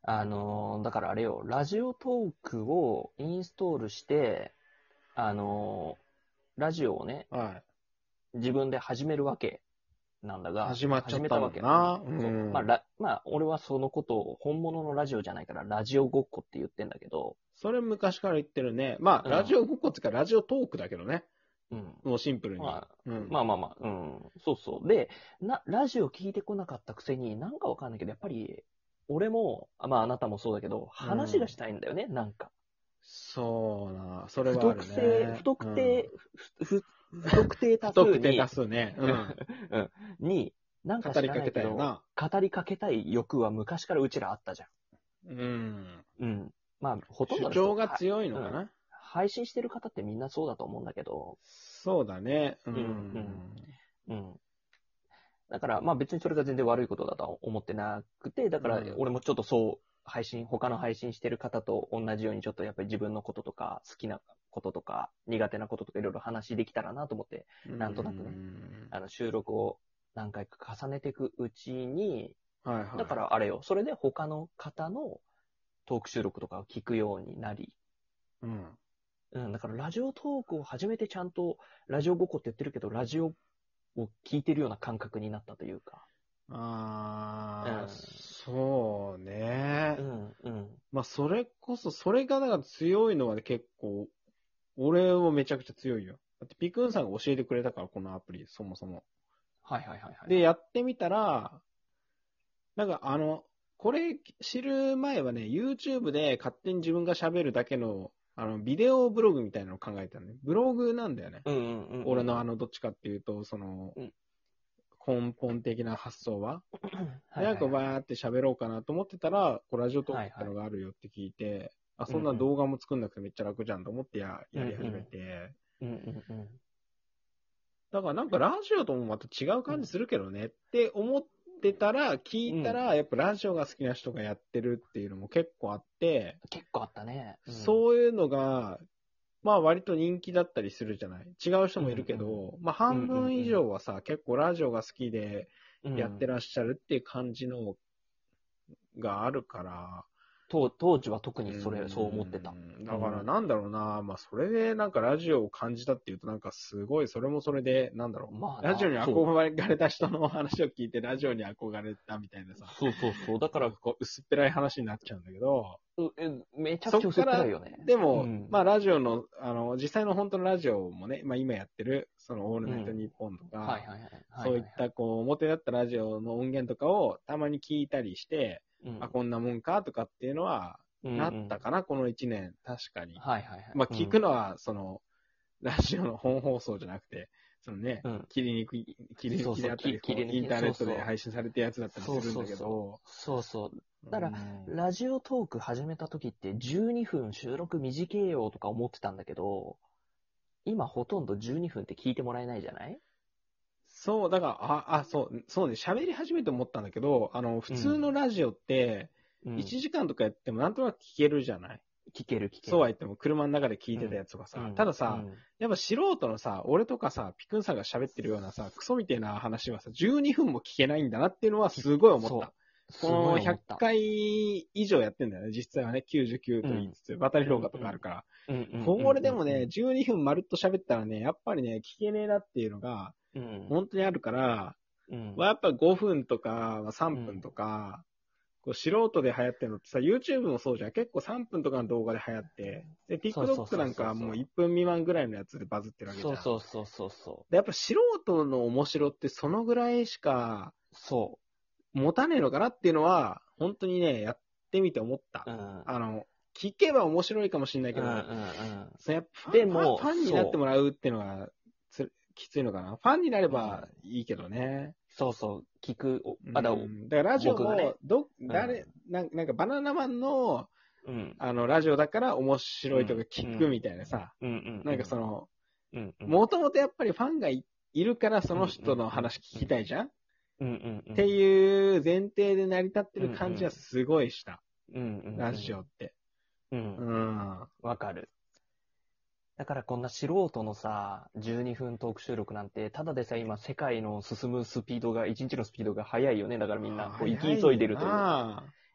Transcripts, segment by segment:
だからあれよ、ラジオトークをインストールして、ラジオをね、 はい。 自分で始めるわけなんだが、 始まっちゃったも始めたわけ。 んな。 そう。まあ、俺はそのことを本物のラジオじゃないから、ラジオごっこって言ってんだけど、 それ昔から言ってるね。まあ、 うん。 ラジオごっこっていうか、ラジオトークだけどね。 うん。 もうシンプルに。 まあ、 うん。 まあまあまあ、うん。そうそう。で、ラジオ聞いてこなかったくせに、なんかわかんないけど、やっぱり、俺も、まああなたもそうだけど、 うん。 話がしたいんだよね、なんか。 そうな。それ不はある特定、 ね。 不特うん。 定、不特定多不特定多数に、 数ね。うん。 うんに、なんか知ら語りかけないけど、 たよな。 語りかけたい欲は昔からうちらあったじゃうん。 ん。うん。まあ、ほとんどの人、 主張が強いのうん。 かな。 配信してる方ってみんなそうだと思うんだけど、 そうだね。ううん、うん。 ん、うん。だから、まあ別にそれが全然悪いことだとは思ってなくて、だからうん。 俺もちょっとそう、他の配信してる方と同じようにちょっとやっぱり自分のこととか、好きなこととか、苦手なこととかいろいろ話できたらなと思って、 うなんとなくね、 ん。 収録を何回か重ねていくうちに、 はいはい。 だからあれよ、それで他の方のトーク収録とかを聞くようになり、 うん。 うん、だからラジオトークを初めてちゃんと、ラジオごっこって言ってるけど、ラジオを聞いてるような感覚になったというか、 ああ、そうね。 うん、うん、 まあ、それこそ、それがだから強いのはね結構、俺もめちゃくちゃ強いよ。だってピクンさんが教えてくれたから、このアプリ、そもそも。 はいはいはいはい。 で、やってみたら、なんかこれ知る前はね、YouTube で勝手に自分が喋るだけの、ビデオブログみたいなのを考えたのね。ブログなんだよね。 うんうんうんうん。 俺のどっちかっていうと、 うん、 根本的な発想は。で、なんかはいはいはいはい。 バーって喋ろうかなと思ってたら、ラジオトークってはいはい。 のがあるよって聞いて、あ、そんなうんうん。 動画も作んなくてめっちゃ楽じゃんと思ってうんうやり始めん。 て。 うんうんうん。 だからなんかラジオともまた違う感じするけどねって思ってたら、聞うん。 いたら、やっぱラジオが好きな人がやってるっていうのも結構あって、 結構あったね。うん。 そういうのが、まあ割と人気だったりするじゃない。違う人もいるけうんうん。 ど、まあうん半分以うんうん。 上はさ、結構ラジオが好きでやってうん。 らっしゃるっていう感じのがあるから、 当時は特うーにそう思ってた。 ん、だからうん。 なんだろうな、まあそれでなんかラジオを感じたっていうとなんかすごい、それもそれで、なんだろう。ラジオまあな、 に憧れた人の話を聞いてラジオに憧れたみたいなさ、 そうそうそう。だから、 なんかこう薄っぺらい話になっちゃうんだけど、 めちゃくちゃ薄っぺらそっから、 いよね。 でも、 うん。 まあラジオの、実際の本当のラジオもね、まあ今やってる、そのオールナイトうん。 ニッポンとか、 はいはいはい。はいそういっはいはい。 たこう表だったラジオの音源とかをたまに聞いたりして、あ、 うん。 こんなもんかとかっていうのは、 うんうなっん。 たかな、この1年。確かに。 はいはいはい。 まあ、聞くうん。 のは、ラジオの本放送じゃなくて、そのね、 うん。 切り抜そうそう。 きであったり、こう、 切り抜き。 インターネットでそうそう。 配信されてるやつだったりするんだそうそうそう。 けど、 そうそう。 うだから、 ん、 ラジオトーク始めた時って12分収録短えよとか思ってたんだけど、今ほとんど12分って聞いてもらえないじゃない？ そう、だから、そうね、喋り始めて思ったんだけど、普通うん。 のラジオって、1 うん。 時間とかやってもなんとなく聞けるじゃない。 聞ける聞ける。 そうは言っても車の中で聞いてたうん。 やつとかさ。たうん。 ださ、 うん。 やっぱ素人のさ、俺とかさ、ピクンさんが喋ってるようなさ、クソみたいな話はさ、12分も聞けないんだなっていうのはすごい思った。 そう。 こすごいの100 思った。 回以上やってんだよね、実際はね。99 うん。 と言いつつ、バタリうん。 評価とうん。 かあるから。 うん。うん。 これでもね、 うん。 12分まるっと喋ったらね、やっぱりね、聞けねえなっていうのが、 うん。 本当にあるから、 うん。 まあ、やっぱ5分とか、まあ、3分うん。 とか、こう素人で流行ってるのってさ、YouTube もそうじゃん。結構3分とかの動画で流行って、で、 そうそう TikTok そうなんかはもうそうそう。 1分未満ぐらいのやつでバズってるわけじそうゃん。 そうそうそうそで、やっぱ素人の面白ってそのぐらいしかう。そ持たねえのかなっていうのは、本当にね、やってみて思った。 う。うん。 あの、聞けば面白いかもしれないけうんうんど、 うん。 そのやっぱフでも、 ァンになってもらうっていうのがきついのかな。ファンになれうん。 ばいいけどね。 そうそう、聞く、 うん。だからラジオも、 僕がね。うん。 なんかバナナマンの、 うん。 ラジオだから面白いとかうん。う聞くみん。 たいなさ。 うんうんなんかその、 うん。うん。 もともとやっぱりファンがいるからそうんうの人のんうん話聞きたいじゃんっうんうんうてんいう前提で成り立ってうんうる感じはんすごいした。 うんうんラうんジオって。 うん。 うん。 わかる。だからこんな素人のさ、12分トーク収録なんて、ただでさえ今世界の進むスピードが、一日のスピードが速いよね。だからみんな、こう、生き急い早いよでるというか。 な。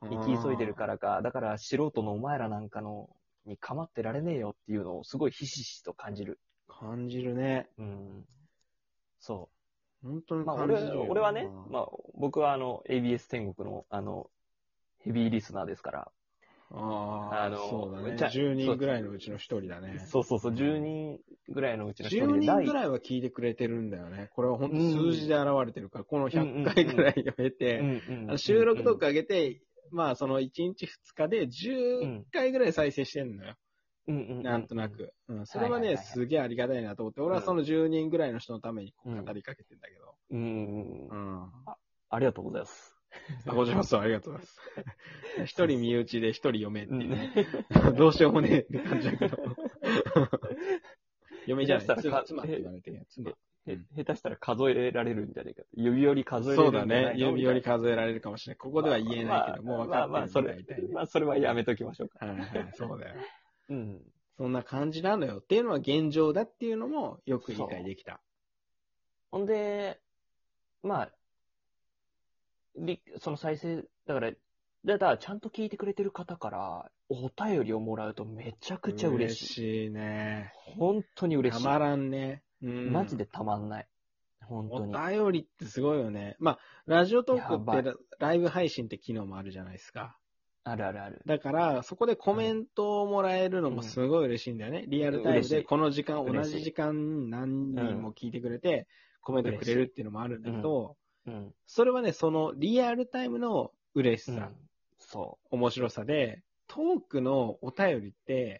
生き急いでるからか、だから素人のお前らなんかのに構ってられねえよっていうのをすごいひしひしと感じる。 感じるね。 うん。そ本当う。 に感じるよ。 俺はね、僕はABS 天国のヘビーリスナーですから、 ああ、そうだね。 じゃ、 10 そう、 人ぐらいのうちの一人だね。 そうそうそう、10人ぐらいのうちの一人 10 で、 人ぐらいは聞いてくれてるんだよね。これは本当数字で現れてるから、この100回ぐらいを経て、収録とか上げて、まあその1日2日で10回ぐらい再生してんのよ。なんとなく。それはね、すげえありがたいなと思って、俺はその10人ぐらいの人のために語りかけてんだけど。 ありがとうございます。 こちらこそありがとうございます。一人身内で一人嫁っていうね。どうしようもねえって感じだけど。嫁じゃない、妻って言われてるやつ。 下手したら数えられるんじゃねえか。指折り数えられるんじゃないか。 そうだね。指折り数えられるかもしれない。ここでは言えないけど、もう分かってるみたいな。それはやめときましょうか。 はいはい、そうだよ。そんな感じなのよ。っていうのは現状だっていうのもよく理解できた。 ほんで、その再生、だからちゃんと聞いてくれてる方からお便りをもらうとめちゃくちゃ嬉しい。 嬉しいね。 本当に嬉しい。 たまらんね。 マジでたまんない。本当に。 お便りってすごいよね。ラジオトークってライブ配信って機能もあるじゃないですか。 あるあるある。 だから、そこでコメントをもらえるのもすごい嬉しいんだよね。リアルタイムで、この時間、同じ時間に何人も聞いてくれて、コメントくれるっていうのもあるんだけど、それはね、そのリアルタイムの嬉しさ、面白さで、トークのお便りって、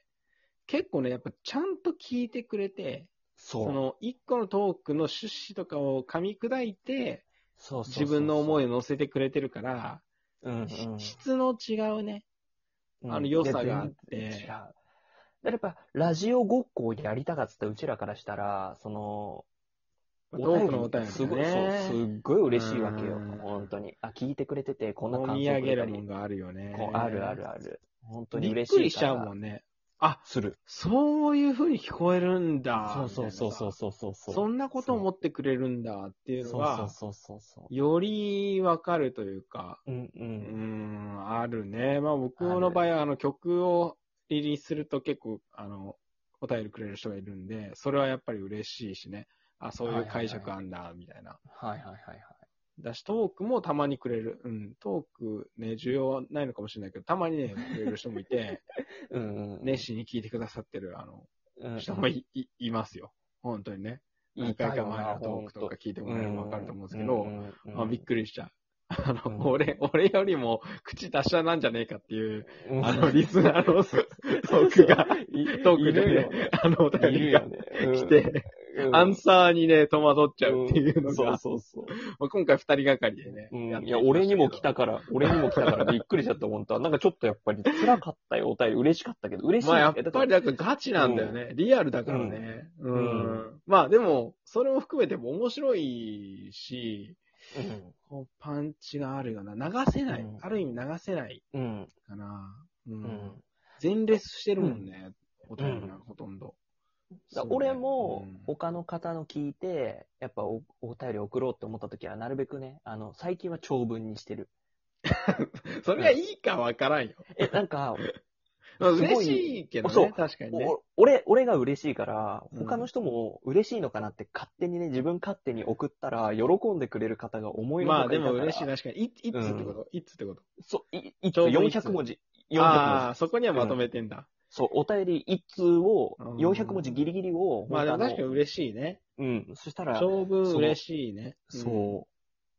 結構ね、やっぱちゃんと聞いてくれて、その一個のトークの趣旨とかを噛み砕いて、自分の思いを乗せてくれてるから、質の違うね、良さがあって。 やっぱ、ラジオごっこをやりたかったうちらからしたら、 トークのお便りすごい、すっごい嬉しいわけよ。本当に。聞いてくれてて、こんな感想くれたり。 込み上げるもんがあるよね。 あるあるある。本当に嬉しい。 びっくりしちゃうもんね。そういう風に聞こえるんだ。 そう。 そんなこと思ってくれるんだっていうのが、よりわかるというか、あるね。僕の場合は曲をリリースすると結構、お便りくれる人がいるんで、それはやっぱり嬉しいしね。そういう解釈あんだ、みたいな。だし、トークもたまにくれる。トークね、需要はないのかもしれないけど、たまにね、くれる人もいて、熱心に聞いてくださってる、人もいますよ。本当にね。何回か前のトークとか聞いてもらえればわかると思うんですけど、びっくりしちゃう。俺よりも口達者なんじゃねえかっていう、リスナーのトークでね、お便りが来て、アンサーにね、戸惑っちゃうっていうのが、今回二人がかりでね。 いや、俺にも来たからびっくりしちゃった、本当は。なんかちょっとやっぱり辛かったよ、お便り嬉しかったけど、嬉しい。 やっぱりなんかガチなんだよね。リアルだからね。でも、それも含めても面白いし、パンチがあるような。流せない。ある意味流せないかな。全レスしてるもんね。お便りがほとんど。 俺も他の方の聞いて、やっぱお便り送ろうって思った時は、なるべくね、最近は長文にしてる。 それがいいかわからんよ。 なんか、 嬉しいけどね、確かにね。 俺が嬉しいから、他の人も嬉しいのかなって勝手にね、自分勝手に送ったら、喜んでくれる方が思いのほかいたから。 でも嬉しい、確かに。いつってこといつってことそう、400文字。 そこにはまとめてんだ。 そう、お便り1通を、400文字ギリギリを、 でも確かに嬉しいね。 そしたら、 長文嬉しいね。 そう、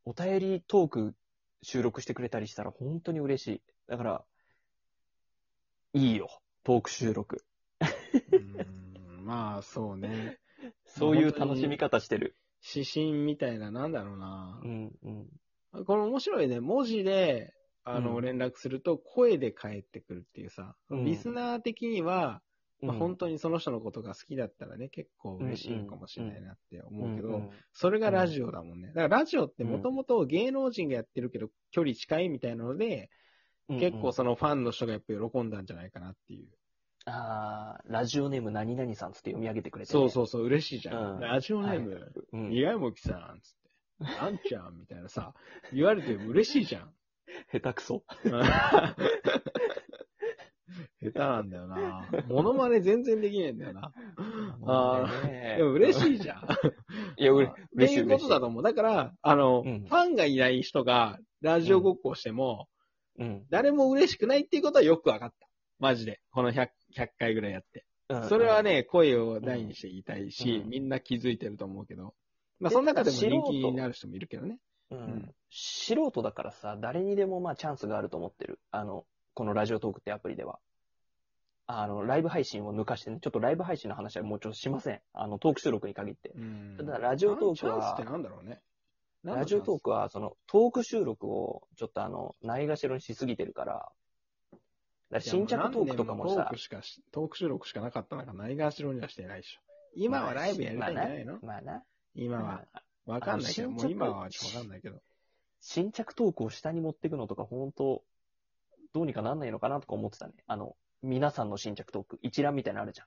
お便りトーク収録してくれたりしたら本当に嬉しい。だから、いいよ、トーク収録。 そうね。 そういう楽しみ方してる。 指針みたいな、なんだろうな。これ面白いね。文字で、連絡すると声で返ってくるっていうさ、リスナー的には、本当にその人のことが好きだったらね、結構嬉しいのかもしれないなって思うけど、それがラジオだもんね。だからラジオってもともと芸能人がやってるけど、距離近いみたいなので、結構そのファンの人がやっぱ喜んだんじゃないかなっていう。 ラジオネーム何々さんつって読み上げてくれて、 そう、嬉しいじゃん。ラジオネーム、宮本さんつって、あんちゃんみたいなさ、言われて嬉しいじゃん。 下手くそ。 下手なんだよな。モノマネ全然できないんだよな。 ねでも嬉しいじゃん。 いや、 って嬉しいいうことだと思う。だから、ファンがいない人がラジオごっこをしても、誰も嬉しくないっていうことはよくわかった。マジで。この100回ぐらいやって。それはね、声を大にして言いたいし、みんな気づいてると思うけど。まあ、その中でも人気になる人もいるけどね。 素人だからさ、誰にでもまあチャンスがあると思ってる。このラジオトークってアプリでは。ライブ配信を抜かしてね、ちょっとライブ配信の話はもうちょっとしません。トーク収録に限って。ただ、ラジオトークは、 チャンスってなんだろうね。 ラジオトークは、トーク収録を、ちょっとないがしろにしすぎてるから、新着トークとかもさ、 トーク収録しかなかった中、ないがしろにはしてないでしょ。今はライブやりたいんじゃないの？ まあな。 今は。わかんないけど、もう今はわかんないけど。 新着トークを下に持っていくのとか、本当どうにかなんないのかなとか思ってたね。皆さんの新着トーク、一覧みたいなのあるじゃ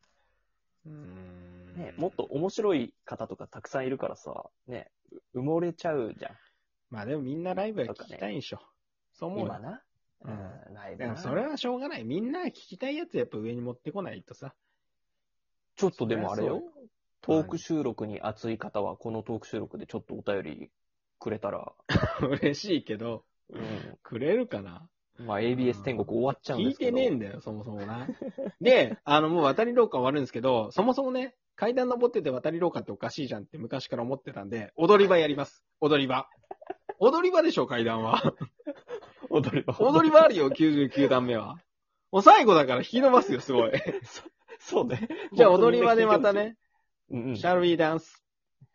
ん。ね、もっと面白い方とかたくさんいるからさ、ね、埋もれちゃうじゃん。 まあでもみんなライブは聞きたいんでしょ。そう思う。 今な。ライブでもそれはしょうがない。みんな聞きたいやつやっぱ上に持ってこないとさ。 ちょっとでもあれよ。トーク収録に熱い方は、このトーク収録でちょっとお便りくれたら。 嬉しいけど、くれるかな？ まあ ABS 天国終わっちゃうんですけど。 聞いてねえんだよ、そもそもな。で、もう渡り廊下終わるんですけど、そもそもね、階段登ってて渡り廊下っておかしいじゃんって昔から思ってたんで、踊り場やります。踊り場。踊り場でしょ、階段は。 踊り場。 踊り場あるよ、99段目は。もう最後だから引き伸ばすよ、すごい。 そうね。 じゃあ踊り場でまたね、Shall we dance?